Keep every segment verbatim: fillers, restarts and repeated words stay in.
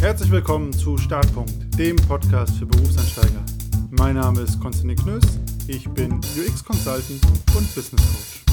Herzlich willkommen zu Startpunkt, dem Podcast für Berufseinsteiger. Mein Name ist Konstantin Knöss, ich bin U X-Consultant und Business Coach.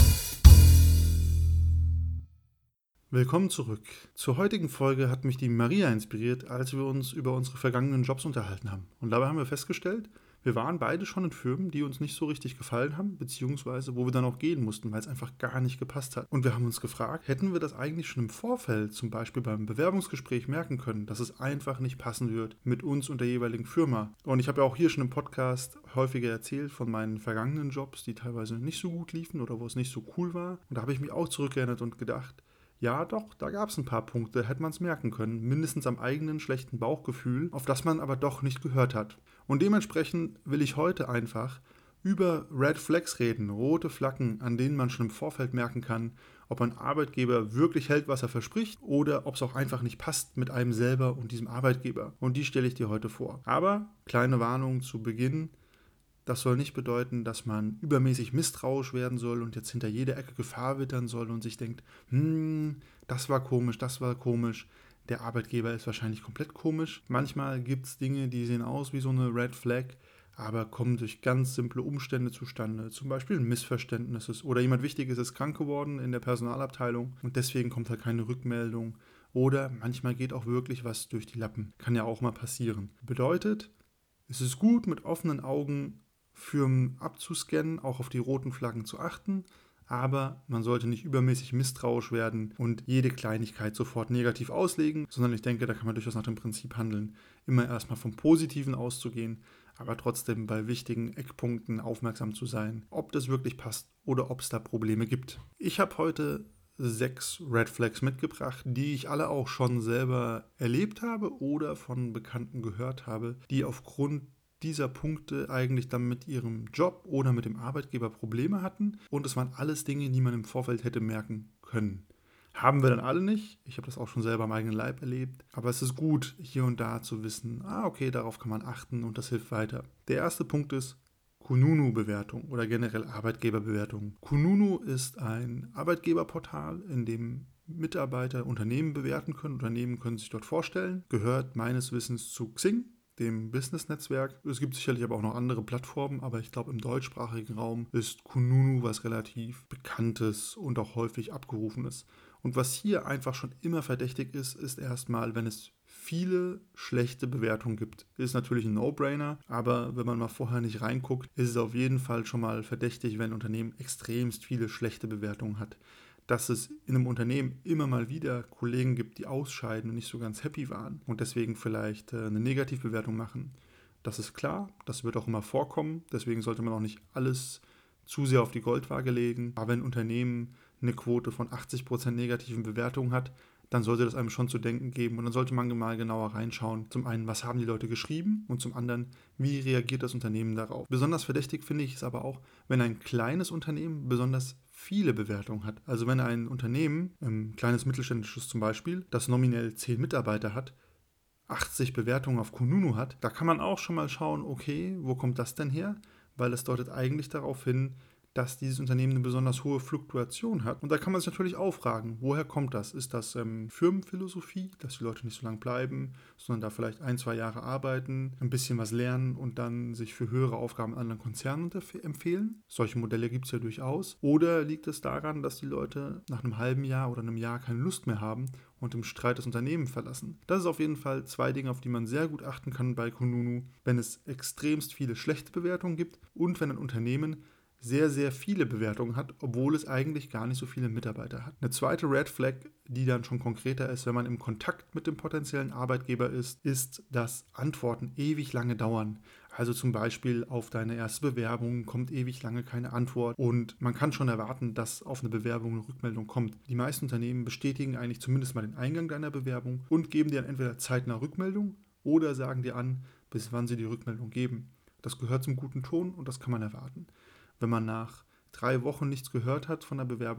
Willkommen zurück. Zur heutigen Folge hat mich die Maria inspiriert, als wir uns über unsere vergangenen Jobs unterhalten haben. Und dabei haben wir festgestellt, wir waren beide schon in Firmen, die uns nicht so richtig gefallen haben, beziehungsweise wo wir dann auch gehen mussten, weil es einfach gar nicht gepasst hat. Und wir haben uns gefragt, hätten wir das eigentlich schon im Vorfeld, zum Beispiel beim Bewerbungsgespräch, merken können, dass es einfach nicht passen wird mit uns und der jeweiligen Firma. Und ich habe ja auch hier schon im Podcast häufiger erzählt von meinen vergangenen Jobs, die teilweise nicht so gut liefen oder wo es nicht so cool war. Und da habe ich mich auch zurückgeerinnert und gedacht, ja doch, da gab es ein paar Punkte, hätte man es merken können, mindestens am eigenen schlechten Bauchgefühl, auf das man aber doch nicht gehört hat. Und dementsprechend will ich heute einfach über Red Flags reden, rote Flaggen, an denen man schon im Vorfeld merken kann, ob ein Arbeitgeber wirklich hält, was er verspricht, oder ob es auch einfach nicht passt mit einem selber und diesem Arbeitgeber. Und die stelle ich dir heute vor. Aber, kleine Warnung zu Beginn, das soll nicht bedeuten, dass man übermäßig misstrauisch werden soll und jetzt hinter jeder Ecke Gefahr wittern soll und sich denkt, hm, das war komisch, das war komisch. Der Arbeitgeber ist wahrscheinlich komplett komisch. Manchmal gibt es Dinge, die sehen aus wie so eine Red Flag, aber kommen durch ganz simple Umstände zustande. Zum Beispiel ein Missverständnis oder jemand Wichtiges ist krank geworden in der Personalabteilung und deswegen kommt halt keine Rückmeldung. Oder manchmal geht auch wirklich was durch die Lappen. Kann ja auch mal passieren. Bedeutet, es ist gut, mit offenen Augen Firmen abzuscannen, auch auf die roten Flaggen zu achten, aber man sollte nicht übermäßig misstrauisch werden und jede Kleinigkeit sofort negativ auslegen, sondern ich denke, da kann man durchaus nach dem Prinzip handeln, immer erstmal vom Positiven auszugehen, aber trotzdem bei wichtigen Eckpunkten aufmerksam zu sein, ob das wirklich passt oder ob es da Probleme gibt. Ich habe heute sechs Red Flags mitgebracht, die ich alle auch schon selber erlebt habe oder von Bekannten gehört habe, die aufgrund dieser Punkte eigentlich dann mit ihrem Job oder mit dem Arbeitgeber Probleme hatten und es waren alles Dinge, die man im Vorfeld hätte merken können. Haben wir dann alle nicht, ich habe das auch schon selber am eigenen Leib erlebt, aber es ist gut, hier und da zu wissen, ah okay, darauf kann man achten und das hilft weiter. Der erste Punkt ist Kununu-Bewertung oder generell Arbeitgeberbewertung. Kununu ist ein Arbeitgeberportal, in dem Mitarbeiter Unternehmen bewerten können, Unternehmen können sich dort vorstellen, gehört meines Wissens zu Xing, dem Business-Netzwerk. Es gibt sicherlich aber auch noch andere Plattformen, aber ich glaube, im deutschsprachigen Raum ist Kununu was relativ Bekanntes und auch häufig abgerufenes. Und was hier einfach schon immer verdächtig ist, ist erstmal, wenn es viele schlechte Bewertungen gibt. Ist natürlich ein No-Brainer, aber wenn man mal vorher nicht reinguckt, ist es auf jeden Fall schon mal verdächtig, wenn ein Unternehmen extremst viele schlechte Bewertungen hat. Dass es in einem Unternehmen immer mal wieder Kollegen gibt, die ausscheiden und nicht so ganz happy waren und deswegen vielleicht eine Negativbewertung machen. Das ist klar, das wird auch immer vorkommen, deswegen sollte man auch nicht alles zu sehr auf die Goldwaage legen. Aber wenn ein Unternehmen eine Quote von achtzig Prozent negativen Bewertungen hat, dann sollte das einem schon zu denken geben und dann sollte man mal genauer reinschauen. Zum einen, was haben die Leute geschrieben und zum anderen, wie reagiert das Unternehmen darauf. Besonders verdächtig finde ich es aber auch, wenn ein kleines Unternehmen besonders viele Bewertungen hat. Also wenn ein Unternehmen, ein kleines mittelständisches zum Beispiel, das nominell zehn Mitarbeiter hat, achtzig Bewertungen auf Kununu hat, da kann man auch schon mal schauen, okay, wo kommt das denn her? Weil es deutet eigentlich darauf hin, dass dieses Unternehmen eine besonders hohe Fluktuation hat. Und da kann man sich natürlich auch fragen, woher kommt das? Ist das ähm, Firmenphilosophie, dass die Leute nicht so lange bleiben, sondern da vielleicht ein, zwei Jahre arbeiten, ein bisschen was lernen und dann sich für höhere Aufgaben in anderen Konzernen empfehlen? Solche Modelle gibt es ja durchaus. Oder liegt es daran, dass die Leute nach einem halben Jahr oder einem Jahr keine Lust mehr haben und im Streit das Unternehmen verlassen? Das ist auf jeden Fall zwei Dinge, auf die man sehr gut achten kann bei Kununu, wenn es extremst viele schlechte Bewertungen gibt und wenn ein Unternehmen sehr, sehr viele Bewertungen hat, obwohl es eigentlich gar nicht so viele Mitarbeiter hat. Eine zweite Red Flag, die dann schon konkreter ist, wenn man im Kontakt mit dem potenziellen Arbeitgeber ist, ist, dass Antworten ewig lange dauern. Also zum Beispiel auf deine erste Bewerbung kommt ewig lange keine Antwort und man kann schon erwarten, dass auf eine Bewerbung eine Rückmeldung kommt. Die meisten Unternehmen bestätigen eigentlich zumindest mal den Eingang deiner Bewerbung und geben dir dann entweder zeitnah Rückmeldung oder sagen dir an, bis wann sie die Rückmeldung geben. Das gehört zum guten Ton und das kann man erwarten. Wenn man nach drei Wochen nichts gehört hat von der Bewerbung,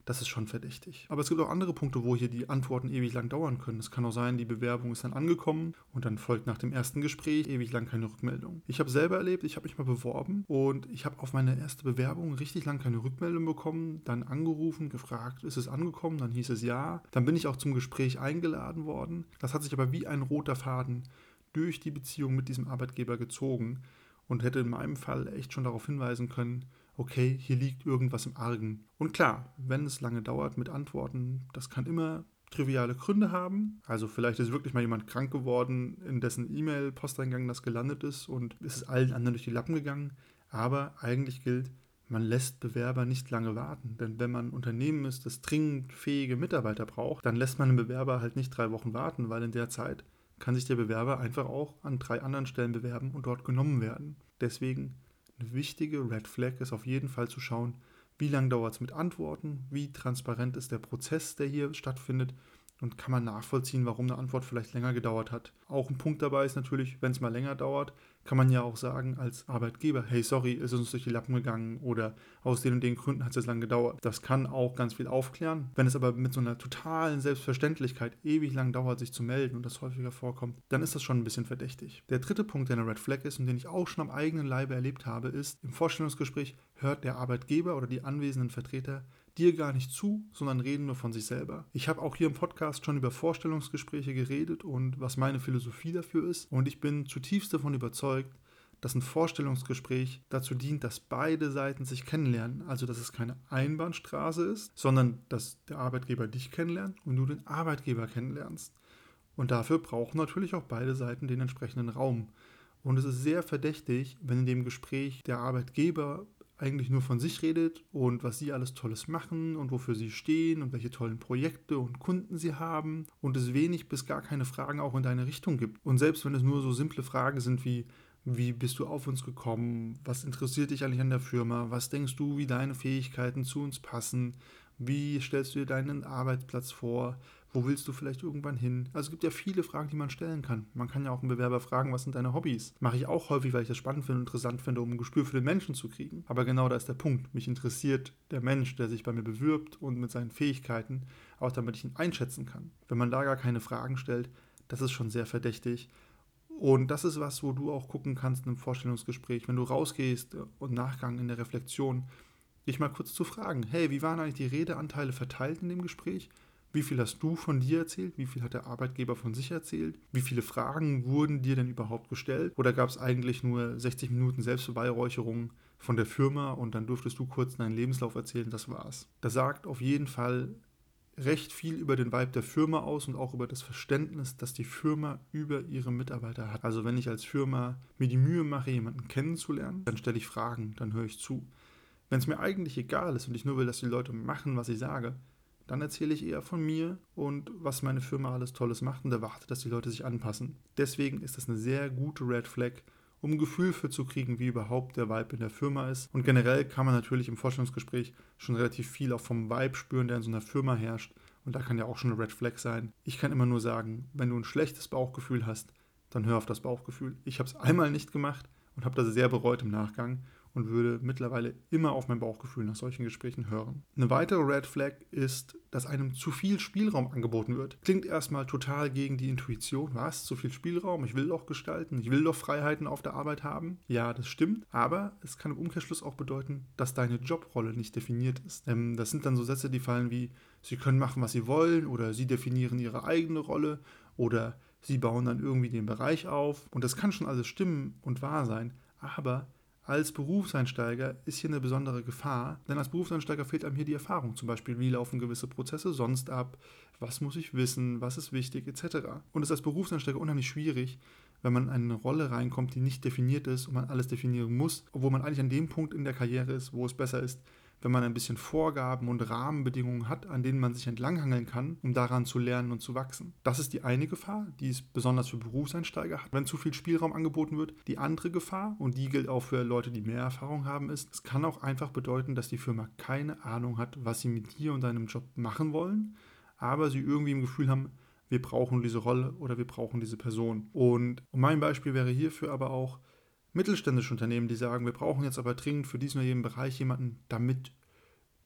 das ist schon verdächtig. Aber es gibt auch andere Punkte, wo hier die Antworten ewig lang dauern können. Es kann auch sein, die Bewerbung ist dann angekommen und dann folgt nach dem ersten Gespräch ewig lang keine Rückmeldung. Ich habe selber erlebt, ich habe mich mal beworben und ich habe auf meine erste Bewerbung richtig lang keine Rückmeldung bekommen, dann angerufen, gefragt, ist es angekommen? Dann hieß es ja. Dann bin ich auch zum Gespräch eingeladen worden. Das hat sich aber wie ein roter Faden durch die Beziehung mit diesem Arbeitgeber gezogen und hätte in meinem Fall echt schon darauf hinweisen können, okay, hier liegt irgendwas im Argen. Und klar, wenn es lange dauert mit Antworten, das kann immer triviale Gründe haben. Also vielleicht ist wirklich mal jemand krank geworden, in dessen E-Mail-Posteingang das gelandet ist und es ist allen anderen durch die Lappen gegangen. Aber eigentlich gilt, man lässt Bewerber nicht lange warten. Denn wenn man ein Unternehmen ist, das dringend fähige Mitarbeiter braucht, dann lässt man einen Bewerber halt nicht drei Wochen warten, weil in der Zeit kann sich der Bewerber einfach auch an drei anderen Stellen bewerben und dort genommen werden. Deswegen eine wichtige Red Flag ist auf jeden Fall zu schauen, wie lange dauert es mit Antworten, wie transparent ist der Prozess, der hier stattfindet und kann man nachvollziehen, warum eine Antwort vielleicht länger gedauert hat. Auch ein Punkt dabei ist natürlich, wenn es mal länger dauert, kann man ja auch sagen als Arbeitgeber, hey, sorry, ist uns durch die Lappen gegangen oder aus den und den Gründen hat es jetzt lang gedauert. Das kann auch ganz viel aufklären. Wenn es aber mit so einer totalen Selbstverständlichkeit ewig lang dauert, sich zu melden und das häufiger vorkommt, dann ist das schon ein bisschen verdächtig. Der dritte Punkt, der eine Red Flag ist und den ich auch schon am eigenen Leibe erlebt habe, ist, im Vorstellungsgespräch hört der Arbeitgeber oder die anwesenden Vertreter dir gar nicht zu, sondern reden nur von sich selber. Ich habe auch hier im Podcast schon über Vorstellungsgespräche geredet und was meine Philosophie dafür ist. Und ich bin zutiefst davon überzeugt, dass ein Vorstellungsgespräch dazu dient, dass beide Seiten sich kennenlernen. Also, dass es keine Einbahnstraße ist, sondern dass der Arbeitgeber dich kennenlernt und du den Arbeitgeber kennenlernst. Und dafür brauchen natürlich auch beide Seiten den entsprechenden Raum. Und es ist sehr verdächtig, wenn in dem Gespräch der Arbeitgeber eigentlich nur von sich redet und was sie alles Tolles machen und wofür sie stehen und welche tollen Projekte und Kunden sie haben und es wenig bis gar keine Fragen auch in deine Richtung gibt. Und selbst wenn es nur so simple Fragen sind wie, wie bist du auf uns gekommen, was interessiert dich eigentlich an der Firma, was denkst du, wie deine Fähigkeiten zu uns passen, wie stellst du dir deinen Arbeitsplatz vor, wo willst du vielleicht irgendwann hin? Also es gibt ja viele Fragen, die man stellen kann. Man kann ja auch einen Bewerber fragen, was sind deine Hobbys? Mache ich auch häufig, weil ich das spannend finde und interessant finde, um ein Gespür für den Menschen zu kriegen. Aber genau da ist der Punkt. Mich interessiert der Mensch, der sich bei mir bewirbt und mit seinen Fähigkeiten, auch damit ich ihn einschätzen kann. Wenn man da gar keine Fragen stellt, das ist schon sehr verdächtig. Und das ist was, wo du auch gucken kannst im Vorstellungsgespräch, wenn du rausgehst und Nachgang in der Reflexion, dich mal kurz zu fragen, hey, wie waren eigentlich die Redeanteile verteilt in dem Gespräch? Wie viel hast du von dir erzählt? Wie viel hat der Arbeitgeber von sich erzählt? Wie viele Fragen wurden dir denn überhaupt gestellt? Oder gab es eigentlich nur sechzig Minuten Selbstbeweihräucherung von der Firma und dann durftest du kurz deinen Lebenslauf erzählen, das war's. Das sagt auf jeden Fall recht viel über den Vibe der Firma aus und auch über das Verständnis, das die Firma über ihre Mitarbeiter hat. Also wenn ich als Firma mir die Mühe mache, jemanden kennenzulernen, dann stelle ich Fragen, dann höre ich zu. Wenn es mir eigentlich egal ist und ich nur will, dass die Leute machen, was ich sage, dann erzähle ich eher von mir und was meine Firma alles Tolles macht und erwarte, dass die Leute sich anpassen. Deswegen ist das eine sehr gute Red Flag, um ein Gefühl für zu kriegen, wie überhaupt der Vibe in der Firma ist. Und generell kann man natürlich im Vorstellungsgespräch schon relativ viel auch vom Vibe spüren, der in so einer Firma herrscht. Und da kann ja auch schon eine Red Flag sein. Ich kann immer nur sagen, wenn du ein schlechtes Bauchgefühl hast, dann hör auf das Bauchgefühl. Ich habe es einmal nicht gemacht und habe das sehr bereut im Nachgang und würde mittlerweile immer auf mein Bauchgefühl nach solchen Gesprächen hören. Eine weitere Red Flag ist, dass einem zu viel Spielraum angeboten wird. Klingt erstmal total gegen die Intuition. Was? Zu viel Spielraum? Ich will doch gestalten. Ich will doch Freiheiten auf der Arbeit haben. Ja, das stimmt. Aber es kann im Umkehrschluss auch bedeuten, dass deine Jobrolle nicht definiert ist. Ähm, das sind dann so Sätze, die fallen wie, sie können machen, was sie wollen oder sie definieren ihre eigene Rolle oder sie bauen dann irgendwie den Bereich auf. Und das kann schon alles stimmen und wahr sein. Aber als Berufseinsteiger ist hier eine besondere Gefahr, denn als Berufseinsteiger fehlt einem hier die Erfahrung, zum Beispiel, wie laufen gewisse Prozesse sonst ab, was muss ich wissen, was ist wichtig, et cetera. Und es ist als Berufseinsteiger unheimlich schwierig, wenn man in eine Rolle reinkommt, die nicht definiert ist und man alles definieren muss, obwohl man eigentlich an dem Punkt in der Karriere ist, wo es besser ist, wenn man ein bisschen Vorgaben und Rahmenbedingungen hat, an denen man sich entlanghangeln kann, um daran zu lernen und zu wachsen. Das ist die eine Gefahr, die es besonders für Berufseinsteiger hat, wenn zu viel Spielraum angeboten wird. Die andere Gefahr, und die gilt auch für Leute, die mehr Erfahrung haben, ist, es kann auch einfach bedeuten, dass die Firma keine Ahnung hat, was sie mit dir und deinem Job machen wollen, aber sie irgendwie im Gefühl haben, wir brauchen diese Rolle oder wir brauchen diese Person. Und mein Beispiel wäre hierfür aber auch, mittelständische Unternehmen, die sagen, wir brauchen jetzt aber dringend für diesen oder jenen Bereich jemanden, damit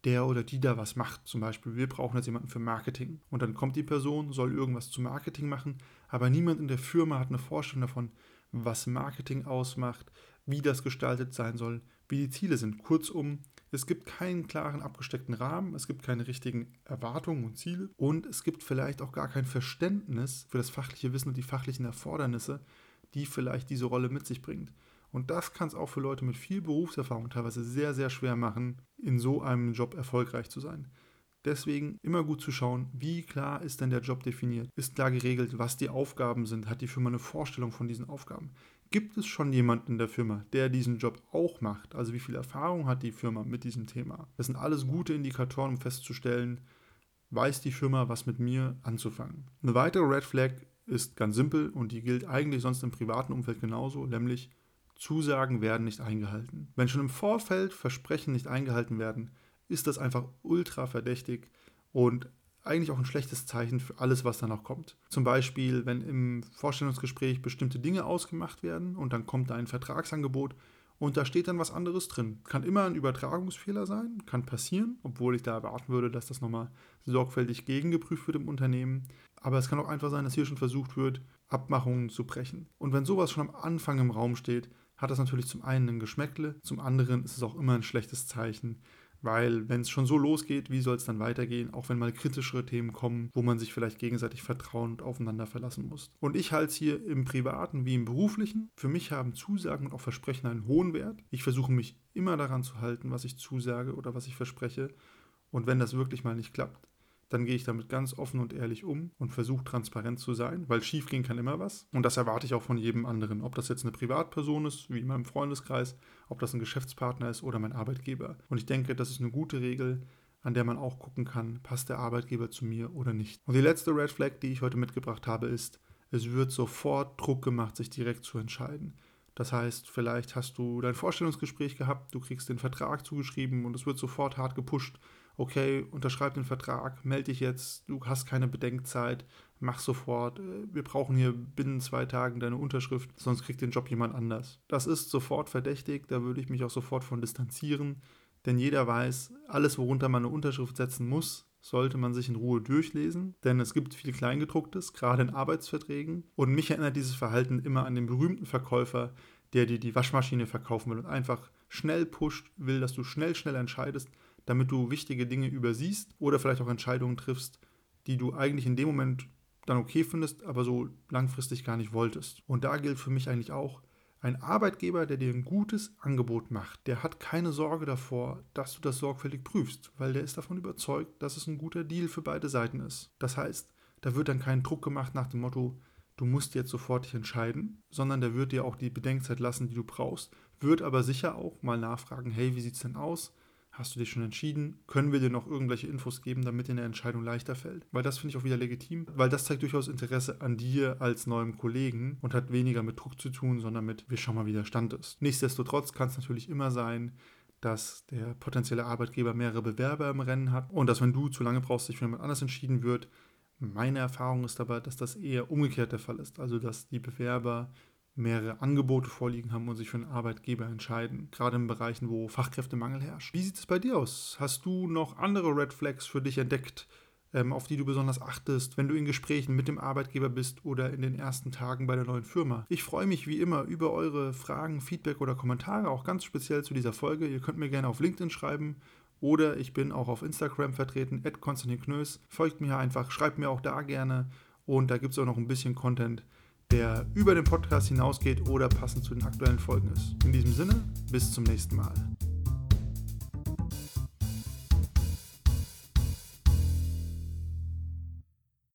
der oder die da was macht. Zum Beispiel, wir brauchen jetzt jemanden für Marketing. Und dann kommt die Person, soll irgendwas zu Marketing machen, aber niemand in der Firma hat eine Vorstellung davon, was Marketing ausmacht, wie das gestaltet sein soll, wie die Ziele sind. Kurzum, es gibt keinen klaren abgesteckten Rahmen, es gibt keine richtigen Erwartungen und Ziele und es gibt vielleicht auch gar kein Verständnis für das fachliche Wissen und die fachlichen Erfordernisse, die vielleicht diese Rolle mit sich bringt. Und das kann es auch für Leute mit viel Berufserfahrung teilweise sehr, sehr schwer machen, in so einem Job erfolgreich zu sein. Deswegen immer gut zu schauen, wie klar ist denn der Job definiert? Ist klar geregelt, was die Aufgaben sind? Hat die Firma eine Vorstellung von diesen Aufgaben? Gibt es schon jemanden in der Firma, der diesen Job auch macht? Also wie viel Erfahrung hat die Firma mit diesem Thema? Das sind alles gute Indikatoren, um festzustellen, weiß die Firma, was mit mir anzufangen. Eine weitere Red Flag ist ganz simpel und die gilt eigentlich sonst im privaten Umfeld genauso, nämlich Zusagen werden nicht eingehalten. Wenn schon im Vorfeld Versprechen nicht eingehalten werden, ist das einfach ultra verdächtig und eigentlich auch ein schlechtes Zeichen für alles, was danach kommt. Zum Beispiel, wenn im Vorstellungsgespräch bestimmte Dinge ausgemacht werden und dann kommt da ein Vertragsangebot und da steht dann was anderes drin. Kann immer ein Übertragungsfehler sein, kann passieren, obwohl ich da erwarten würde, dass das nochmal sorgfältig gegengeprüft wird im Unternehmen. Aber es kann auch einfach sein, dass hier schon versucht wird, Abmachungen zu brechen. Und wenn sowas schon am Anfang im Raum steht, hat das natürlich zum einen ein Geschmäckle, zum anderen ist es auch immer ein schlechtes Zeichen, weil wenn es schon so losgeht, wie soll es dann weitergehen, auch wenn mal kritischere Themen kommen, wo man sich vielleicht gegenseitig vertrauen und aufeinander verlassen muss. Und ich halte es hier im Privaten wie im Beruflichen. Für mich haben Zusagen und auch Versprechen einen hohen Wert. Ich versuche mich immer daran zu halten, was ich zusage oder was ich verspreche. Und wenn das wirklich mal nicht klappt, dann gehe ich damit ganz offen und ehrlich um und versuche transparent zu sein, weil schief gehen kann immer was. Und das erwarte ich auch von jedem anderen. Ob das jetzt eine Privatperson ist, wie in meinem Freundeskreis, ob das ein Geschäftspartner ist oder mein Arbeitgeber. Und ich denke, das ist eine gute Regel, an der man auch gucken kann, passt der Arbeitgeber zu mir oder nicht. Und die letzte Red Flag, die ich heute mitgebracht habe, ist, es wird sofort Druck gemacht, sich direkt zu entscheiden. Das heißt, vielleicht hast du dein Vorstellungsgespräch gehabt, du kriegst den Vertrag zugeschrieben und es wird sofort hart gepusht. Okay, unterschreib den Vertrag, melde dich jetzt, du hast keine Bedenkzeit, mach sofort, wir brauchen hier binnen zwei Tagen deine Unterschrift, sonst kriegt den Job jemand anders. Das ist sofort verdächtig, da würde ich mich auch sofort von distanzieren, denn jeder weiß, alles, worunter man eine Unterschrift setzen muss, sollte man sich in Ruhe durchlesen, denn es gibt viel Kleingedrucktes, gerade in Arbeitsverträgen. Und mich erinnert dieses Verhalten immer an den berühmten Verkäufer, der dir die Waschmaschine verkaufen will und einfach schnell pusht, will, dass du schnell, schnell entscheidest, damit du wichtige Dinge übersiehst oder vielleicht auch Entscheidungen triffst, die du eigentlich in dem Moment dann okay findest, aber so langfristig gar nicht wolltest. Und da gilt für mich eigentlich auch, ein Arbeitgeber, der dir ein gutes Angebot macht, der hat keine Sorge davor, dass du das sorgfältig prüfst, weil der ist davon überzeugt, dass es ein guter Deal für beide Seiten ist. Das heißt, da wird dann kein Druck gemacht nach dem Motto, du musst jetzt sofort dich entscheiden, sondern der wird dir auch die Bedenkzeit lassen, die du brauchst, wird aber sicher auch mal nachfragen, hey, wie sieht es denn aus? Hast du dich schon entschieden? Können wir dir noch irgendwelche Infos geben, damit dir eine Entscheidung leichter fällt? Weil das finde ich auch wieder legitim, weil das zeigt durchaus Interesse an dir als neuem Kollegen und hat weniger mit Druck zu tun, sondern mit, wir schauen mal, wie der Stand ist. Nichtsdestotrotz kann es natürlich immer sein, dass der potenzielle Arbeitgeber mehrere Bewerber im Rennen hat und dass, wenn du zu lange brauchst, sich für jemand anders entschieden wird. Meine Erfahrung ist aber, dass das eher umgekehrt der Fall ist, also dass die Bewerber mehrere Angebote vorliegen haben und sich für einen Arbeitgeber entscheiden, gerade in Bereichen, wo Fachkräftemangel herrscht. Wie sieht es bei dir aus? Hast du noch andere Red Flags für dich entdeckt, ähm, auf die du besonders achtest, wenn du in Gesprächen mit dem Arbeitgeber bist oder in den ersten Tagen bei der neuen Firma? Ich freue mich wie immer über eure Fragen, Feedback oder Kommentare, auch ganz speziell zu dieser Folge. Ihr könnt mir gerne auf LinkedIn schreiben oder ich bin auch auf Instagram vertreten, at Konstantin Knöss. Folgt mir einfach, schreibt mir auch da gerne und da gibt es auch noch ein bisschen Content, der über den Podcast hinausgeht oder passend zu den aktuellen Folgen ist. In diesem Sinne, bis zum nächsten Mal.